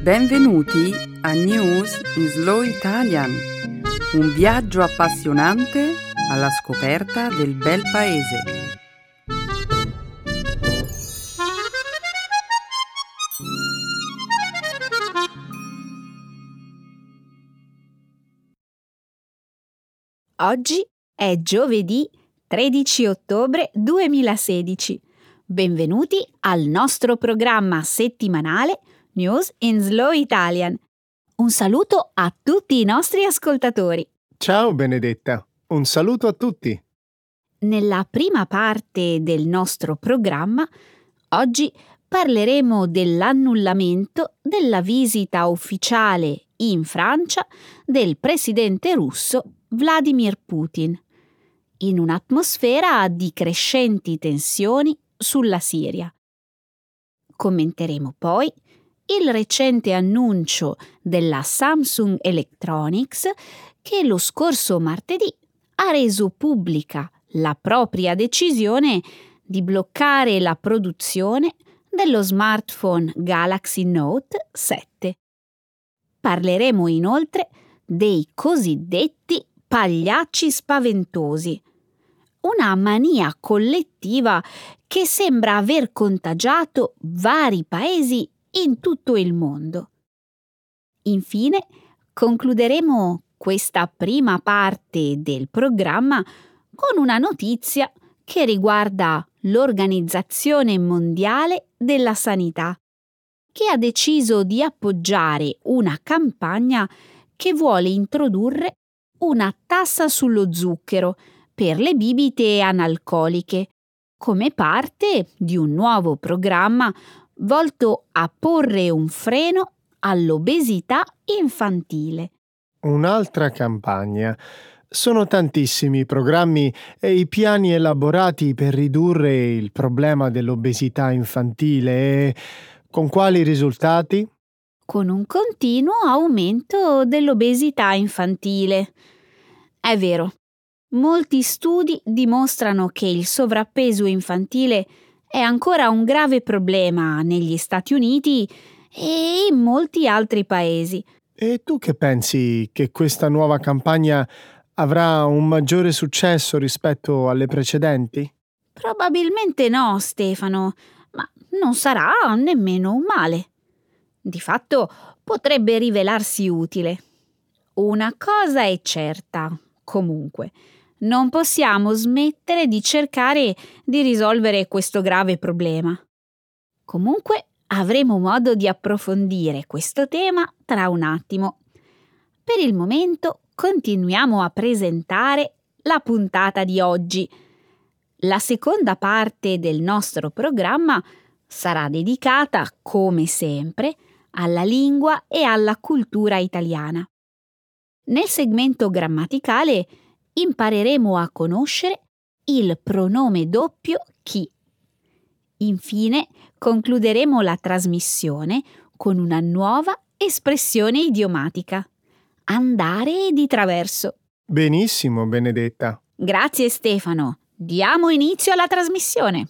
Benvenuti a News in Slow Italian, un viaggio appassionante alla scoperta del bel paese. Oggi è giovedì 13 ottobre 2016. Benvenuti al nostro programma settimanale News in Slow Italian. Un saluto a tutti i nostri ascoltatori. Ciao Benedetta, un saluto a tutti. Nella prima parte del nostro programma, oggi parleremo dell'annullamento della visita ufficiale in Francia del presidente russo Vladimir Putin, in un'atmosfera di crescenti tensioni sulla Siria. Commenteremo poi il recente annuncio della Samsung Electronics che lo scorso martedì ha reso pubblica la propria decisione di bloccare la produzione dello smartphone Galaxy Note 7. Parleremo inoltre dei cosiddetti pagliacci spaventosi, una mania collettiva che sembra aver contagiato vari paesi in tutto il mondo. Infine, concluderemo questa prima parte del programma con una notizia che riguarda l'Organizzazione Mondiale della Sanità, che ha deciso di appoggiare una campagna che vuole introdurre una tassa sullo zucchero per le bibite analcoliche, come parte di un nuovo programma volto a porre un freno all'obesità infantile. Un'altra campagna. Sono tantissimi i programmi e i piani elaborati per ridurre il problema dell'obesità infantile e con quali risultati? Con un continuo aumento dell'obesità infantile. È vero, molti studi dimostrano che il sovrappeso infantile è ancora un grave problema negli Stati Uniti e in molti altri paesi. E tu che pensi che questa nuova campagna avrà un maggiore successo rispetto alle precedenti? Probabilmente no, Stefano, ma non sarà nemmeno un male. Di fatto potrebbe rivelarsi utile. Una cosa è certa, comunque. Non possiamo smettere di cercare di risolvere questo grave problema. Comunque avremo modo di approfondire questo tema tra un attimo. Per il momento continuiamo a presentare la puntata di oggi. La seconda parte del nostro programma sarà dedicata, come sempre, alla lingua e alla cultura italiana. Nel segmento grammaticale impareremo a conoscere il pronome doppio chi. Infine, concluderemo la trasmissione con una nuova espressione idiomatica: andare di traverso. Benissimo, Benedetta. Grazie Stefano. Diamo inizio alla trasmissione.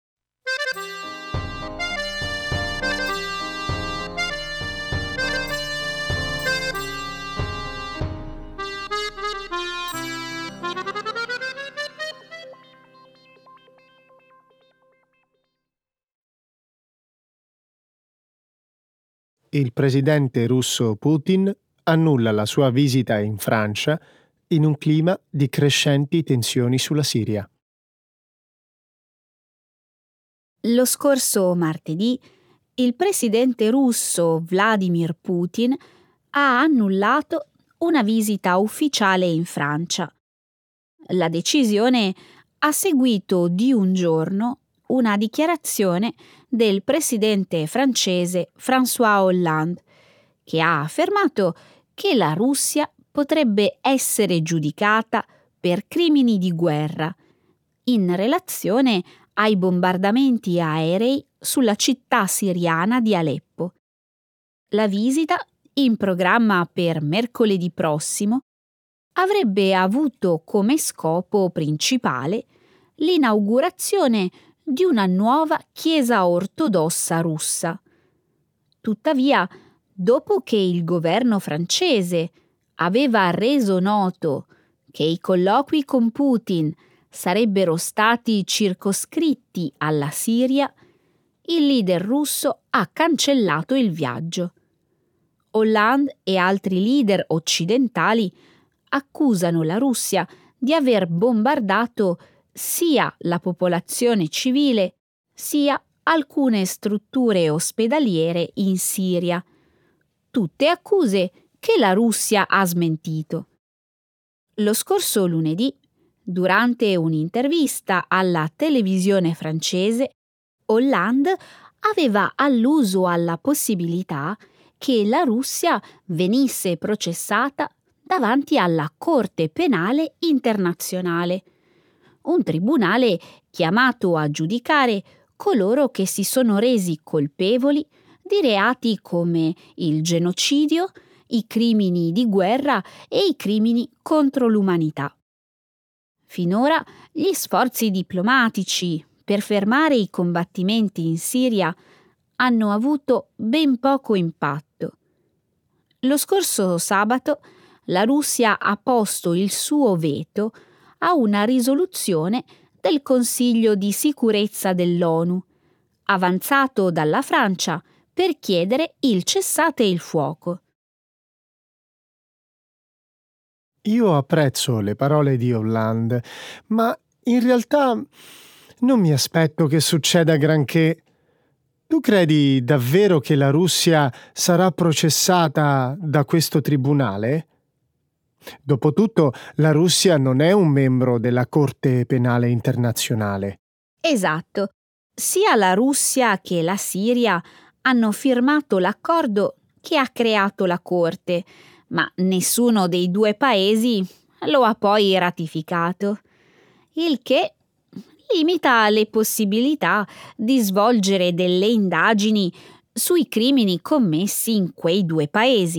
Il presidente russo Putin annulla la sua visita in Francia in un clima di crescenti tensioni sulla Siria. Lo scorso martedì il presidente russo Vladimir Putin ha annullato una visita ufficiale in Francia. La decisione ha seguito di un giorno una dichiarazione del presidente francese François Hollande, che ha affermato che la Russia potrebbe essere giudicata per crimini di guerra in relazione ai bombardamenti aerei sulla città siriana di Aleppo. La visita, in programma per mercoledì prossimo, avrebbe avuto come scopo principale l'inaugurazione di una nuova chiesa ortodossa russa. Tuttavia, Dopo che il governo francese aveva reso noto che i colloqui con Putin sarebbero stati circoscritti alla Siria, il leader russo ha cancellato il viaggio. Hollande e altri leader occidentali accusano la Russia di aver bombardato sia la popolazione civile sia alcune strutture ospedaliere in Siria, tutte accuse che la Russia ha smentito. Lo scorso lunedì, durante un'intervista alla televisione francese, Hollande aveva alluso alla possibilità che la Russia venisse processata davanti alla Corte Penale Internazionale, un tribunale chiamato a giudicare coloro che si sono resi colpevoli di reati come il genocidio, i crimini di guerra e i crimini contro l'umanità. Finora gli sforzi diplomatici per fermare i combattimenti in Siria hanno avuto ben poco impatto. Lo scorso sabato la Russia ha posto il suo veto a una risoluzione del Consiglio di sicurezza dell'ONU, avanzato dalla Francia per chiedere il cessate il fuoco. Io apprezzo le parole di Hollande, ma in realtà non mi aspetto che succeda granché. Tu credi davvero che la Russia sarà processata da questo tribunale? Dopotutto, la Russia non è un membro della Corte Penale Internazionale. Esatto. Sia la Russia che la Siria hanno firmato l'accordo che ha creato la Corte, ma nessuno dei due paesi lo ha poi ratificato, il che limita le possibilità di svolgere delle indagini sui crimini commessi in quei due paesi.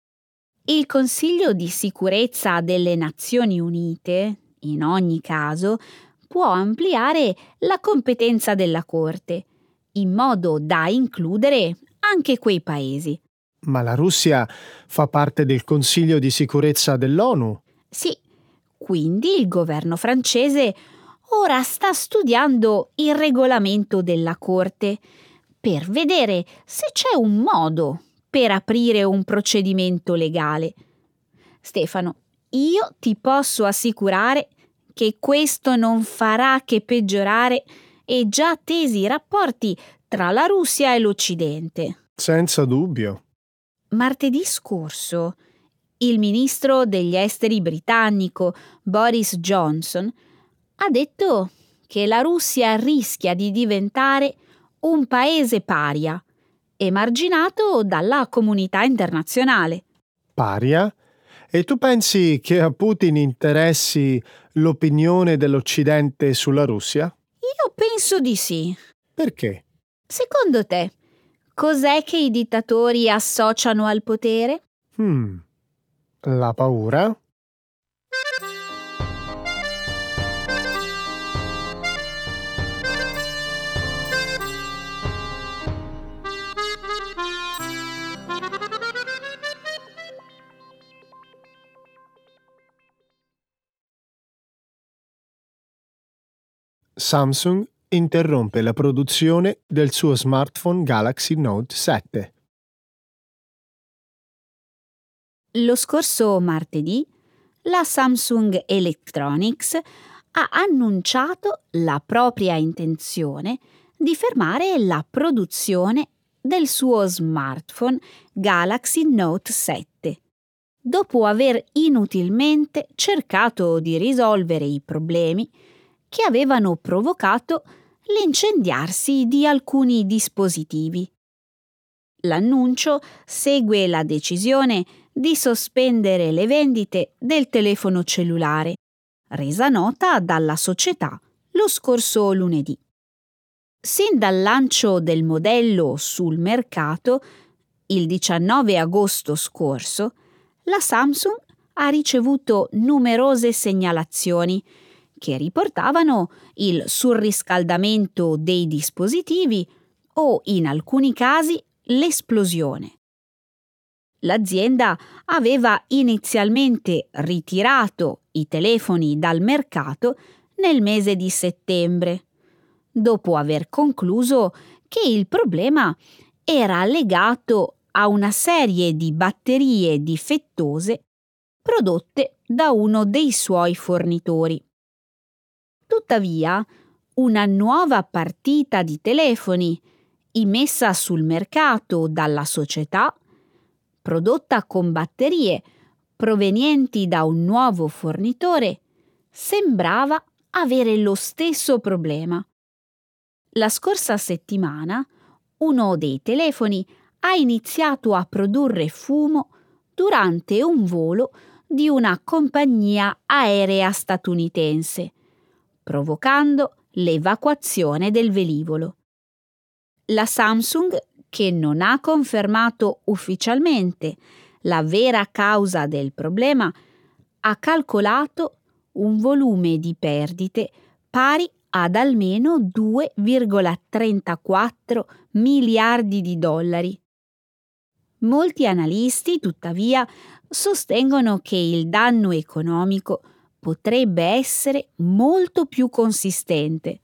Il Consiglio di sicurezza delle Nazioni Unite, in ogni caso, può ampliare la competenza della Corte, in modo da includere anche quei paesi. Ma la Russia fa parte del Consiglio di sicurezza dell'ONU. Sì, quindi il governo francese ora sta studiando il regolamento della Corte per vedere se c'è un modo per aprire un procedimento legale. Stefano, io ti posso assicurare che questo non farà che peggiorare i già tesi rapporti tra la Russia e l'Occidente. Senza dubbio. Martedì scorso, il ministro degli esteri britannico Boris Johnson ha detto che la Russia rischia di diventare un paese paria, emarginato dalla comunità internazionale. Paria? E tu pensi che a Putin interessi l'opinione dell'Occidente sulla Russia? Io penso di sì. Perché? Secondo te, cos'è che i dittatori associano al potere? La paura? Samsung interrompe la produzione del suo smartphone Galaxy Note 7. Lo scorso martedì, la Samsung Electronics ha annunciato la propria intenzione di fermare la produzione del suo smartphone Galaxy Note 7, dopo aver inutilmente cercato di risolvere i problemi che avevano provocato l'incendiarsi di alcuni dispositivi. L'annuncio segue la decisione di sospendere le vendite del telefono cellulare, resa nota dalla società lo scorso lunedì. Sin dal lancio del modello sul mercato, il 19 agosto scorso, la Samsung ha ricevuto numerose segnalazioni che riportavano il surriscaldamento dei dispositivi o, in alcuni casi, l'esplosione. L'azienda aveva inizialmente ritirato i telefoni dal mercato nel mese di settembre, dopo aver concluso che il problema era legato a una serie di batterie difettose prodotte da uno dei suoi fornitori. Tuttavia, una nuova partita di telefoni immessa sul mercato dalla società, prodotta con batterie provenienti da un nuovo fornitore, sembrava avere lo stesso problema. La scorsa settimana, uno dei telefoni ha iniziato a produrre fumo durante un volo di una compagnia aerea statunitense, provocando l'evacuazione del velivolo. La Samsung, che non ha confermato ufficialmente la vera causa del problema, ha calcolato un volume di perdite pari ad almeno 2,34 miliardi di dollari. Molti analisti, tuttavia, sostengono che il danno economico potrebbe essere molto più consistente.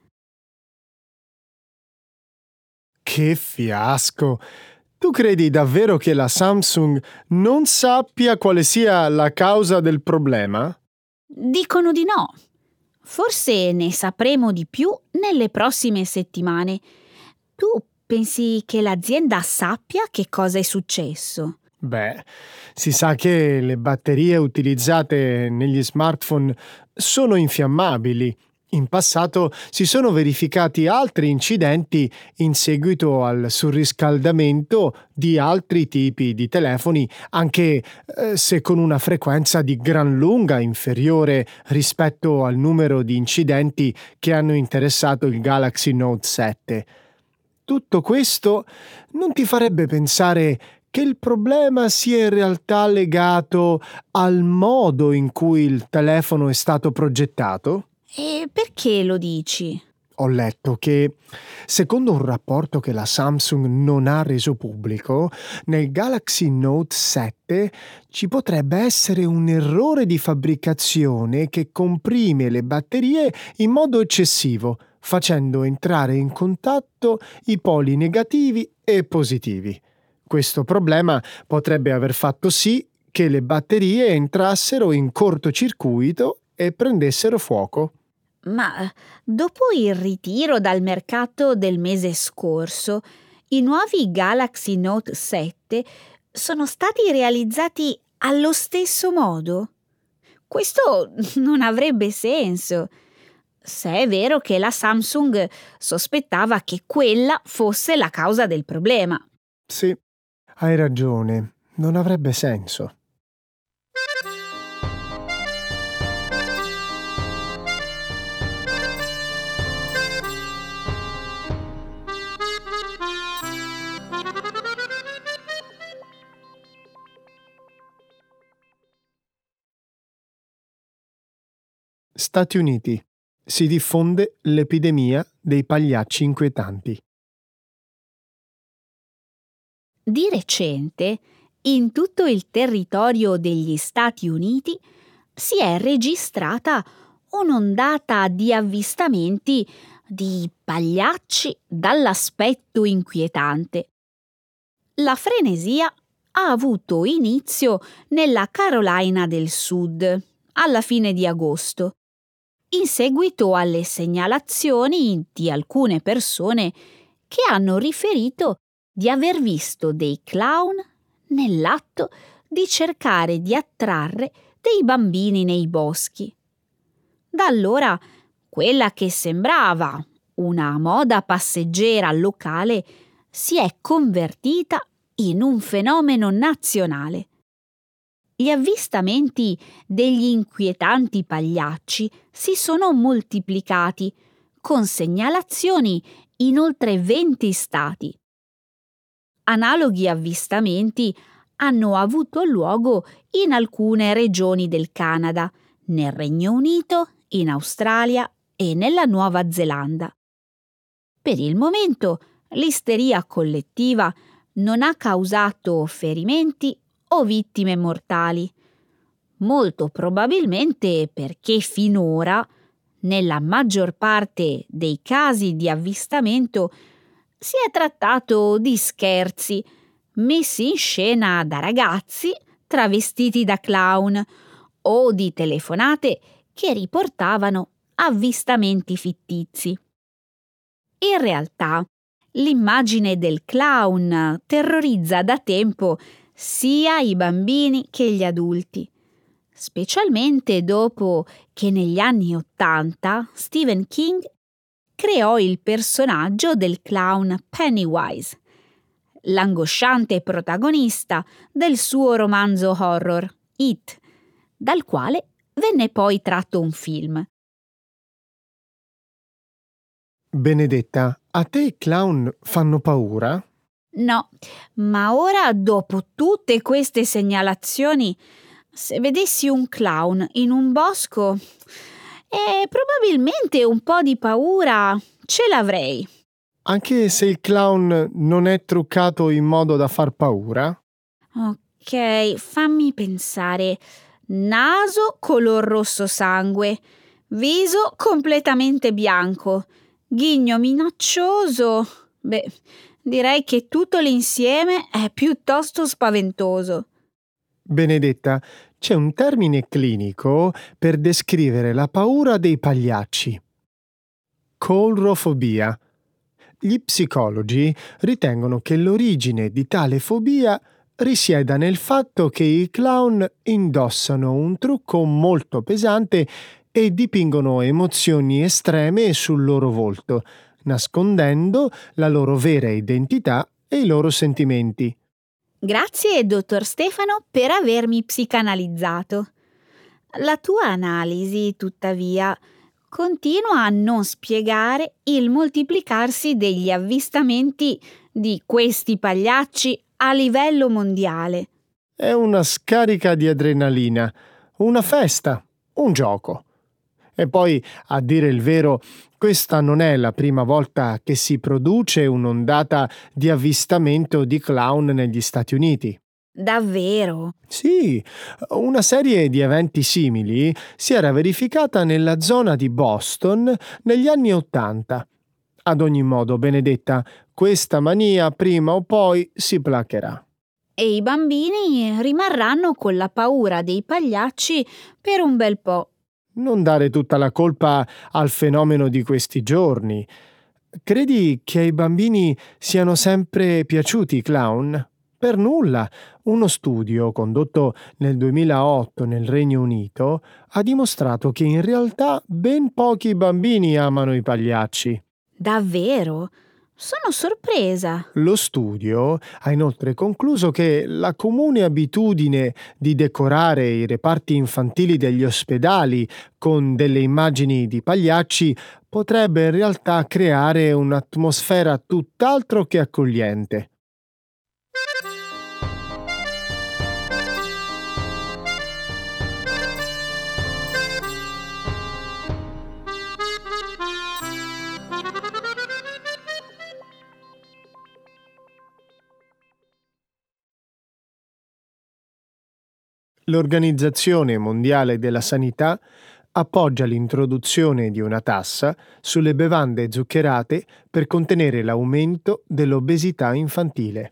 Che fiasco! Tu credi davvero che la Samsung non sappia quale sia la causa del problema? Dicono di no. Forse ne sapremo di più nelle prossime settimane. Tu pensi che l'azienda sappia che cosa è successo? Beh, si sa che le batterie utilizzate negli smartphone sono infiammabili. In passato si sono verificati altri incidenti in seguito al surriscaldamento di altri tipi di telefoni, anche se con una frequenza di gran lunga inferiore rispetto al numero di incidenti che hanno interessato il Galaxy Note 7. Tutto questo non ti farebbe pensare che il problema sia in realtà legato al modo in cui il telefono è stato progettato? E perché lo dici? Ho letto che, secondo un rapporto che la Samsung non ha reso pubblico, nel Galaxy Note 7 ci potrebbe essere un errore di fabbricazione che comprime le batterie in modo eccessivo, facendo entrare in contatto i poli negativi e positivi. Questo problema potrebbe aver fatto sì che le batterie entrassero in cortocircuito e prendessero fuoco. Ma dopo il ritiro dal mercato del mese scorso, i nuovi Galaxy Note 7 sono stati realizzati allo stesso modo? Questo non avrebbe senso, se è vero che la Samsung sospettava che quella fosse la causa del problema. Sì, hai ragione, non avrebbe senso. Stati Uniti. Si diffonde l'epidemia dei pagliacci inquietanti. Di recente, in tutto il territorio degli Stati Uniti si è registrata un'ondata di avvistamenti di pagliacci dall'aspetto inquietante. La frenesia ha avuto inizio nella Carolina del Sud, alla fine di agosto, in seguito alle segnalazioni di alcune persone che hanno riferito di aver visto dei clown nell'atto di cercare di attrarre dei bambini nei boschi. Da allora, quella che sembrava una moda passeggera locale si è convertita in un fenomeno nazionale. Gli avvistamenti degli inquietanti pagliacci si sono moltiplicati, con segnalazioni in oltre 20 stati. Analoghi avvistamenti hanno avuto luogo in alcune regioni del Canada, nel Regno Unito, in Australia e nella Nuova Zelanda. Per il momento, l'isteria collettiva non ha causato ferimenti o vittime mortali. Molto probabilmente perché finora, nella maggior parte dei casi di avvistamento, si è trattato di scherzi messi in scena da ragazzi travestiti da clown o di telefonate che riportavano avvistamenti fittizi. In realtà, l'immagine del clown terrorizza da tempo sia i bambini che gli adulti, specialmente dopo che negli anni '80 Stephen King creò il personaggio del clown Pennywise, l'angosciante protagonista del suo romanzo horror It, dal quale venne poi tratto un film. Benedetta, a te i clown fanno paura? No, ma ora, dopo tutte queste segnalazioni, se vedessi un clown in un bosco, probabilmente un po' di paura ce l'avrei. Anche se il clown non è truccato in modo da far paura? Ok, fammi pensare. Naso color rosso sangue, viso completamente bianco, ghigno minaccioso. Beh, direi che tutto l'insieme è piuttosto spaventoso. Benedetta, c'è un termine clinico per descrivere la paura dei pagliacci. Coulrofobia. Gli psicologi ritengono che l'origine di tale fobia risieda nel fatto che i clown indossano un trucco molto pesante e dipingono emozioni estreme sul loro volto, nascondendo la loro vera identità e i loro sentimenti. Grazie, dottor Stefano, per avermi psicanalizzato. La tua analisi, tuttavia, continua a non spiegare il moltiplicarsi degli avvistamenti di questi pagliacci a livello mondiale. È una scarica di adrenalina, una festa, un gioco. E poi, a dire il vero, questa non è la prima volta che si produce un'ondata di avvistamento di clown negli Stati Uniti. Davvero? Sì, una serie di eventi simili si era verificata nella zona di Boston negli anni '80. Ad ogni modo, Benedetta, questa mania prima o poi si placherà. E i bambini rimarranno con la paura dei pagliacci per un bel po'. Non dare tutta la colpa al fenomeno di questi giorni. Credi che ai bambini siano sempre piaciuti i clown? Per nulla. Uno studio condotto nel 2008 nel Regno Unito ha dimostrato che in realtà ben pochi bambini amano i pagliacci. Davvero? Sono sorpresa. Lo studio ha inoltre concluso che la comune abitudine di decorare i reparti infantili degli ospedali con delle immagini di pagliacci potrebbe in realtà creare un'atmosfera tutt'altro che accogliente. L'Organizzazione Mondiale della Sanità appoggia l'introduzione di una tassa sulle bevande zuccherate per contenere l'aumento dell'obesità infantile.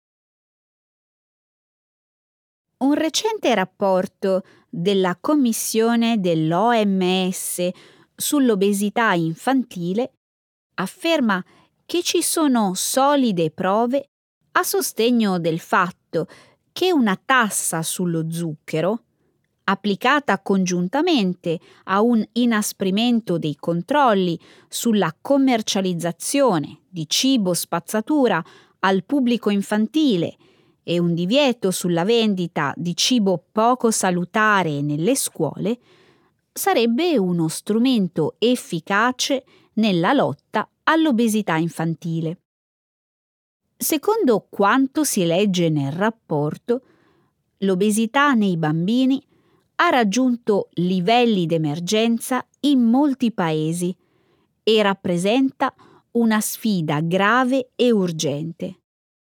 Un recente rapporto della Commissione dell'OMS sull'obesità infantile afferma che ci sono solide prove a sostegno del fatto che una tassa sullo zucchero, applicata congiuntamente a un inasprimento dei controlli sulla commercializzazione di cibo spazzatura al pubblico infantile e un divieto sulla vendita di cibo poco salutare nelle scuole, sarebbe uno strumento efficace nella lotta all'obesità infantile. Secondo quanto si legge nel rapporto, l'obesità nei bambini ha raggiunto livelli d'emergenza in molti paesi e rappresenta una sfida grave e urgente.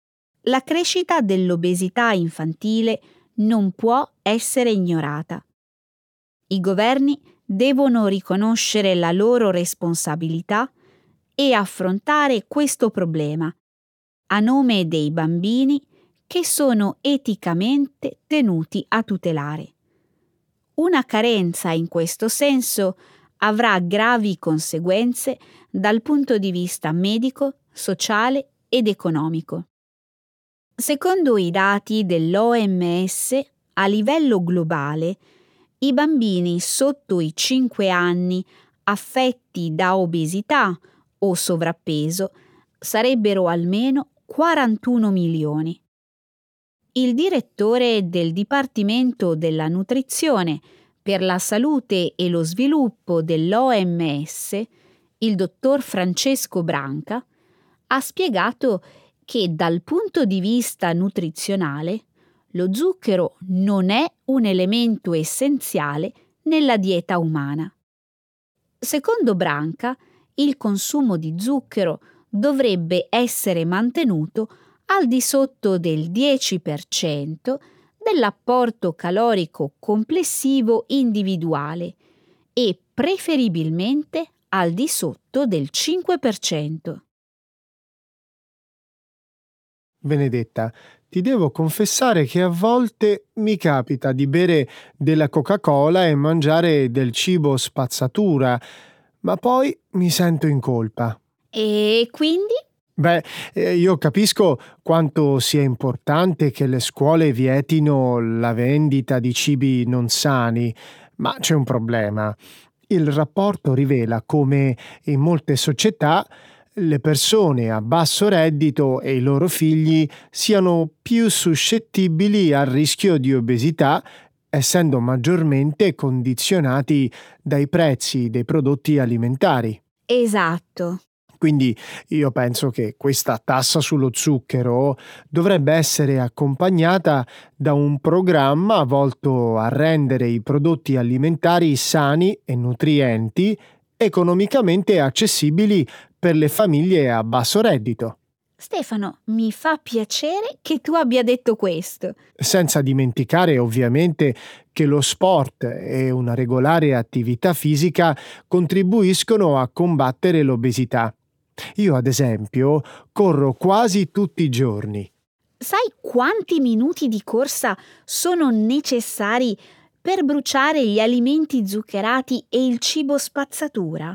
La crescita dell'obesità infantile non può essere ignorata. I governi devono riconoscere la loro responsabilità e affrontare questo problema a nome dei bambini che sono eticamente tenuti a tutelare. Una carenza in questo senso avrà gravi conseguenze dal punto di vista medico, sociale ed economico. Secondo i dati dell'OMS, a livello globale, i bambini sotto i 5 anni affetti da obesità o sovrappeso sarebbero almeno 41 milioni. Il direttore del Dipartimento della Nutrizione per la Salute e lo Sviluppo dell'OMS, il dottor Francesco Branca, ha spiegato che dal punto di vista nutrizionale lo zucchero non è un elemento essenziale nella dieta umana. Secondo Branca, il consumo di zucchero dovrebbe essere mantenuto al di sotto del 10% dell'apporto calorico complessivo individuale e preferibilmente al di sotto del 5%. Benedetta, ti devo confessare che a volte mi capita di bere della Coca-Cola e mangiare del cibo spazzatura, ma poi mi sento in colpa. E quindi? Io capisco quanto sia importante che le scuole vietino la vendita di cibi non sani, ma c'è un problema. Il rapporto rivela come in molte società le persone a basso reddito e i loro figli siano più suscettibili al rischio di obesità, essendo maggiormente condizionati dai prezzi dei prodotti alimentari. Esatto. Quindi io penso che questa tassa sullo zucchero dovrebbe essere accompagnata da un programma volto a rendere i prodotti alimentari sani e nutrienti economicamente accessibili per le famiglie a basso reddito. Stefano, mi fa piacere che tu abbia detto questo. Senza dimenticare ovviamente che lo sport e una regolare attività fisica contribuiscono a combattere l'obesità. Io, ad esempio, corro quasi tutti i giorni. Sai quanti minuti di corsa sono necessari per bruciare gli alimenti zuccherati e il cibo spazzatura?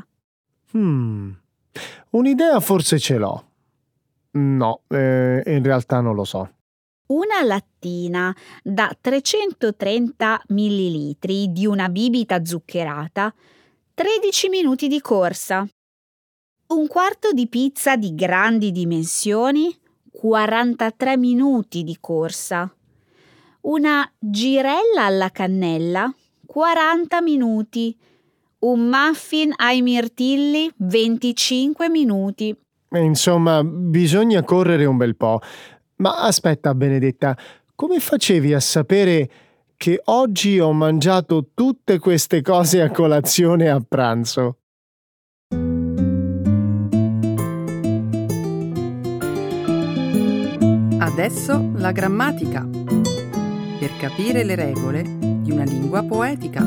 Un'idea forse ce l'ho. No, in realtà non lo so. Una lattina da 330 millilitri di una bibita zuccherata, 13 minuti di corsa. Un quarto di pizza di grandi dimensioni, 43 minuti di corsa. Una girella alla cannella, 40 minuti. Un muffin ai mirtilli, 25 minuti. Insomma, bisogna correre un bel po'. Ma aspetta, Benedetta, come facevi a sapere che oggi ho mangiato tutte queste cose a colazione e a pranzo? Adesso la grammatica, per capire le regole di una lingua poetica.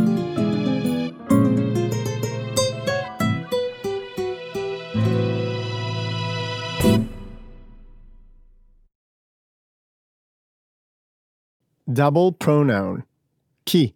Double pronoun. Chi?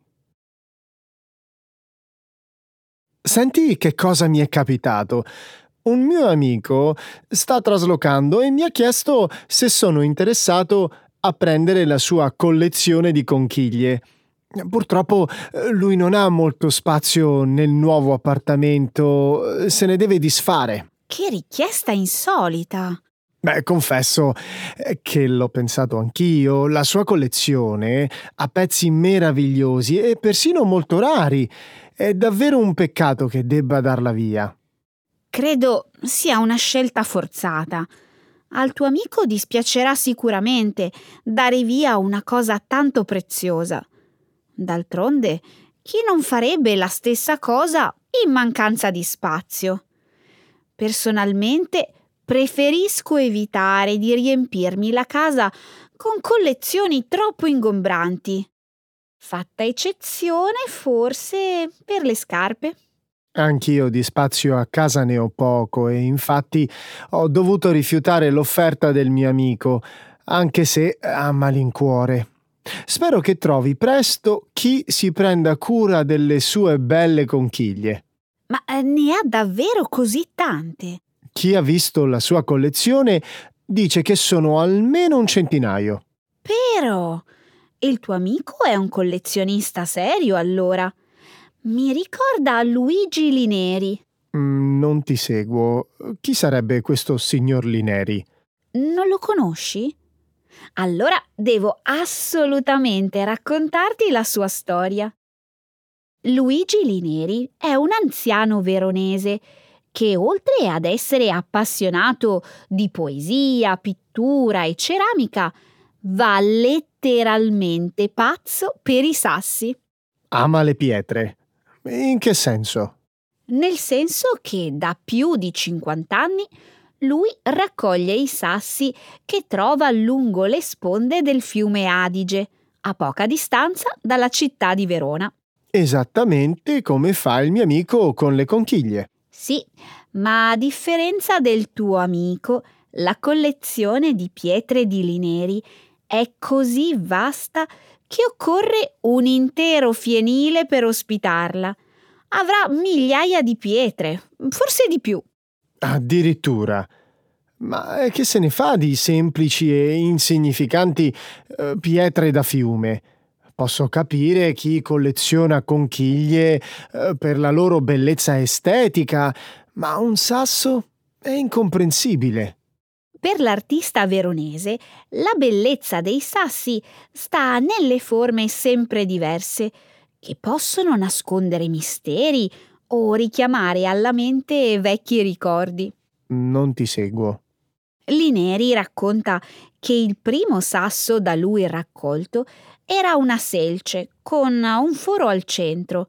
Senti che cosa mi è capitato. Un mio amico sta traslocando e mi ha chiesto se sono interessato a prendere la sua collezione di conchiglie. Purtroppo lui non ha molto spazio nel nuovo appartamento, se ne deve disfare. Che richiesta insolita! Confesso che l'ho pensato anch'io. La sua collezione ha pezzi meravigliosi e persino molto rari. È davvero un peccato che debba darla via. Credo sia una scelta forzata. Al tuo amico dispiacerà sicuramente dare via una cosa tanto preziosa. D'altronde, chi non farebbe la stessa cosa in mancanza di spazio? Personalmente, preferisco evitare di riempirmi la casa con collezioni troppo ingombranti. Fatta eccezione forse per le scarpe. Anch'io di spazio a casa ne ho poco e infatti ho dovuto rifiutare l'offerta del mio amico, anche se a malincuore. Spero che trovi presto chi si prenda cura delle sue belle conchiglie. Ma ne ha davvero così tante? Chi ha visto la sua collezione dice che sono almeno un centinaio. Però il tuo amico è un collezionista serio, allora. Mi ricorda Luigi Lineri. Non ti seguo. Chi sarebbe questo signor Lineri? Non lo conosci? Allora devo assolutamente raccontarti la sua storia. Luigi Lineri è un anziano veronese che, oltre ad essere appassionato di poesia, pittura e ceramica, va letteralmente pazzo per i sassi. Ama le pietre. In che senso? Nel senso che da più di 50 anni lui raccoglie i sassi che trova lungo le sponde del fiume Adige, a poca distanza dalla città di Verona. Esattamente come fa il mio amico con le conchiglie. Sì, ma a differenza del tuo amico, la collezione di pietre di Lineri è così vasta che occorre un intero fienile per ospitarla. Avrà migliaia di pietre, forse di più. Addirittura. Ma che se ne fa di semplici e insignificanti pietre da fiume? Posso capire chi colleziona conchiglie per la loro bellezza estetica, ma un sasso è incomprensibile. Per l'artista veronese, la bellezza dei sassi sta nelle forme sempre diverse, che possono nascondere misteri o richiamare alla mente vecchi ricordi. Non ti seguo. Lineri racconta che il primo sasso da lui raccolto era una selce con un foro al centro,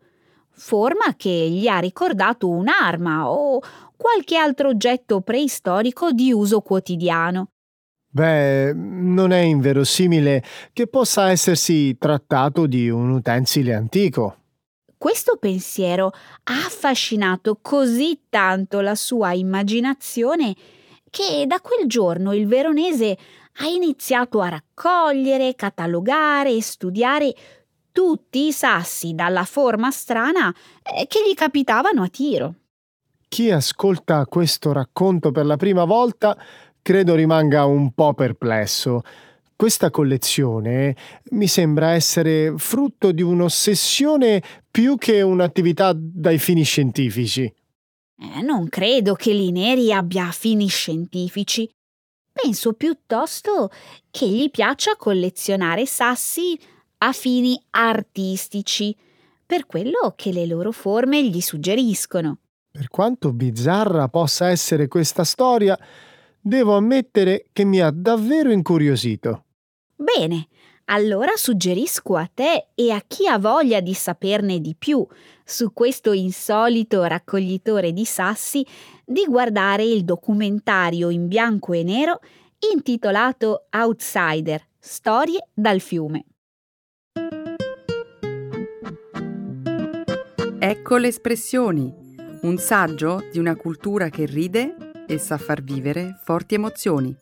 forma che gli ha ricordato un'arma o qualche altro oggetto preistorico di uso quotidiano. Beh, non è inverosimile che possa essersi trattato di un utensile antico. Questo pensiero ha affascinato così tanto la sua immaginazione che da quel giorno il veronese ha iniziato a raccogliere, catalogare e studiare tutti i sassi dalla forma strana che gli capitavano a tiro. Chi ascolta questo racconto per la prima volta credo rimanga un po' perplesso. Questa collezione mi sembra essere frutto di un'ossessione più che un'attività dai fini scientifici. Non credo che Lineri abbia fini scientifici. Penso piuttosto che gli piaccia collezionare sassi a fini artistici, per quello che le loro forme gli suggeriscono. Per quanto bizzarra possa essere questa storia, devo ammettere che mi ha davvero incuriosito. Bene, allora suggerisco a te e a chi ha voglia di saperne di più su questo insolito raccoglitore di sassi di guardare il documentario in bianco e nero intitolato Outsider, storie dal fiume. Ecco le espressioni, un saggio di una cultura che ride e sa far vivere forti emozioni.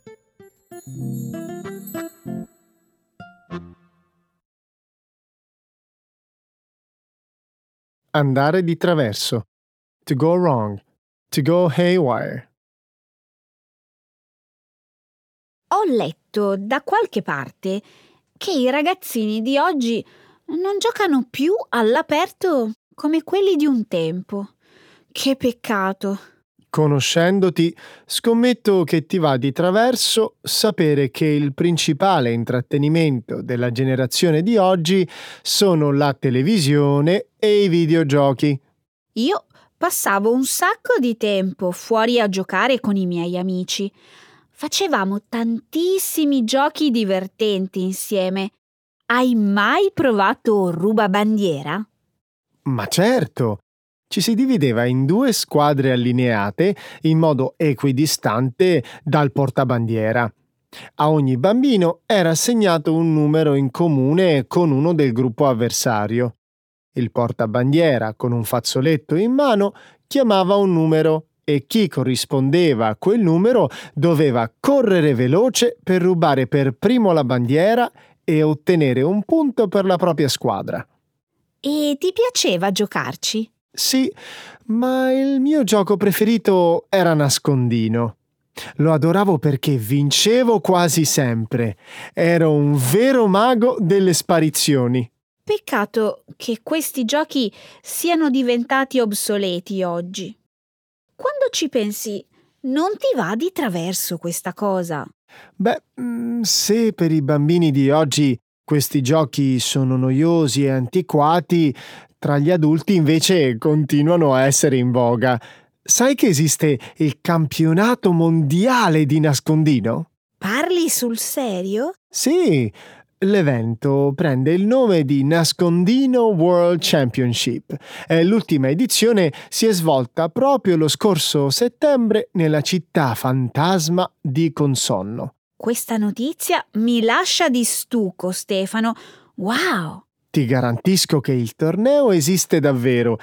Andare di traverso. To go wrong. To go haywire. Ho letto da qualche parte che i ragazzini di oggi non giocano più all'aperto come quelli di un tempo. Che peccato! Conoscendoti, scommetto che ti va di traverso sapere che il principale intrattenimento della generazione di oggi sono la televisione e i videogiochi. Io passavo un sacco di tempo fuori a giocare con i miei amici. Facevamo tantissimi giochi divertenti insieme. Hai mai provato rubabandiera? Ma certo! Ci si divideva in 2 squadre allineate in modo equidistante dal portabandiera. A ogni bambino era assegnato un numero in comune con uno del gruppo avversario. Il portabandiera, con un fazzoletto in mano, chiamava un numero e chi corrispondeva a quel numero doveva correre veloce per rubare per primo la bandiera e ottenere un punto per la propria squadra. E ti piaceva giocarci? Sì, ma il mio gioco preferito era nascondino. Lo adoravo perché vincevo quasi sempre. Ero un vero mago delle sparizioni. Peccato che questi giochi siano diventati obsoleti oggi. Quando ci pensi, non ti va di traverso questa cosa? Beh, se per i bambini di oggi questi giochi sono noiosi e antiquati, tra gli adulti invece continuano a essere in voga. Sai che esiste il campionato mondiale di nascondino? Parli sul serio? Sì, l'evento prende il nome di Nascondino World Championship e l'ultima edizione si è svolta proprio lo scorso settembre nella città fantasma di Consonno. Questa notizia mi lascia di stucco, Stefano. Wow! Ti garantisco che il torneo esiste davvero.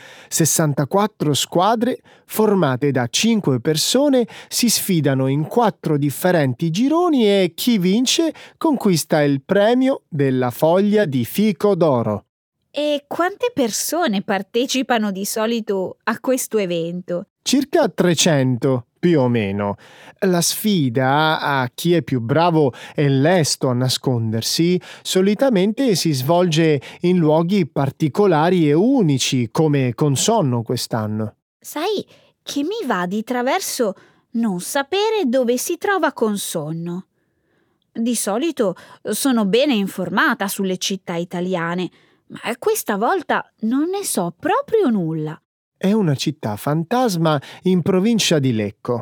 64 squadre formate da 5 persone si sfidano in 4 differenti gironi e chi vince conquista il premio della foglia di fico d'oro. E quante persone partecipano di solito a questo evento? Circa 300, più o meno. La sfida a chi è più bravo e lesto a nascondersi solitamente si svolge in luoghi particolari e unici, come Consonno quest'anno. Sai che mi va di traverso non sapere dove si trova Consonno. Di solito sono bene informata sulle città italiane, ma questa volta non ne so proprio nulla. È una città fantasma in provincia di Lecco.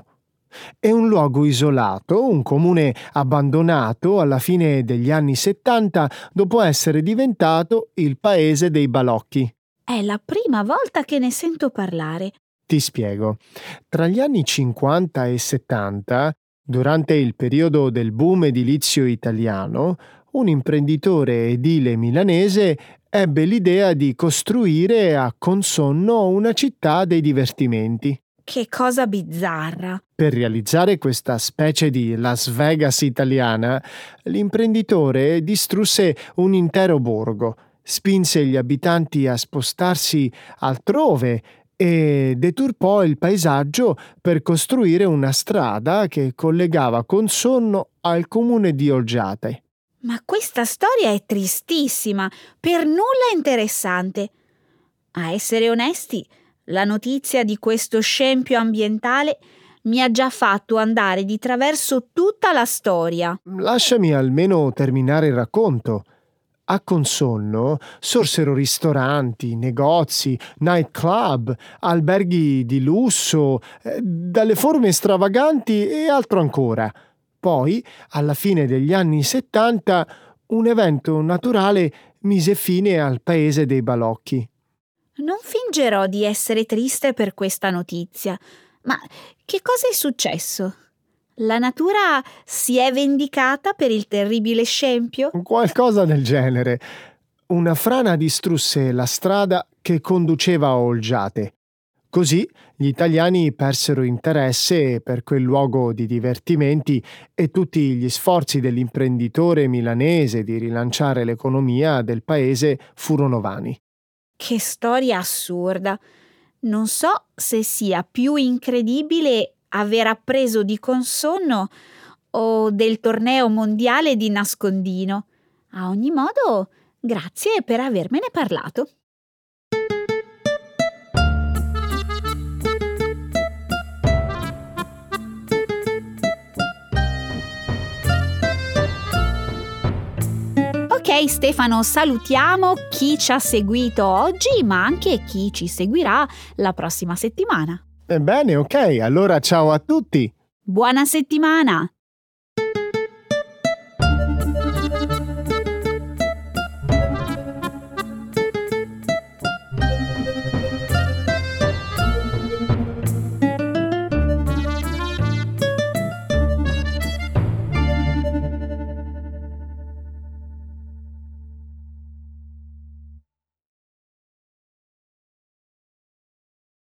È un luogo isolato, un comune abbandonato alla fine degli anni 70 dopo essere diventato il paese dei balocchi. È la prima volta che ne sento parlare. Ti spiego. Tra gli anni 50 e 70, durante il periodo del boom edilizio italiano, un imprenditore edile milanese ebbe l'idea di costruire a Consonno una città dei divertimenti. Che cosa bizzarra! Per realizzare questa specie di Las Vegas italiana, l'imprenditore distrusse un intero borgo, spinse gli abitanti a spostarsi altrove e deturpò il paesaggio per costruire una strada che collegava Consonno al comune di Olgiate. Ma questa storia è tristissima, per nulla interessante. A essere onesti, la notizia di questo scempio ambientale mi ha già fatto andare di traverso tutta la storia. Lasciami almeno terminare il racconto. A Consonno sorsero ristoranti, negozi, nightclub, alberghi di lusso, dalle forme stravaganti e altro ancora. Poi, alla fine degli anni 70, un evento naturale mise fine al paese dei balocchi. Non fingerò di essere triste per questa notizia, ma che cosa è successo? La natura si è vendicata per il terribile scempio? Qualcosa del genere. Una frana distrusse la strada che conduceva a Olgiate. Così gli italiani persero interesse per quel luogo di divertimenti e tutti gli sforzi dell'imprenditore milanese di rilanciare l'economia del paese furono vani. Che storia assurda! Non so se sia più incredibile aver appreso di Consonno o del torneo mondiale di nascondino. A ogni modo, grazie per avermene parlato. Ok Stefano, salutiamo chi ci ha seguito oggi, ma anche chi ci seguirà la prossima settimana. Ebbene, ok, allora ciao a tutti! Buona settimana!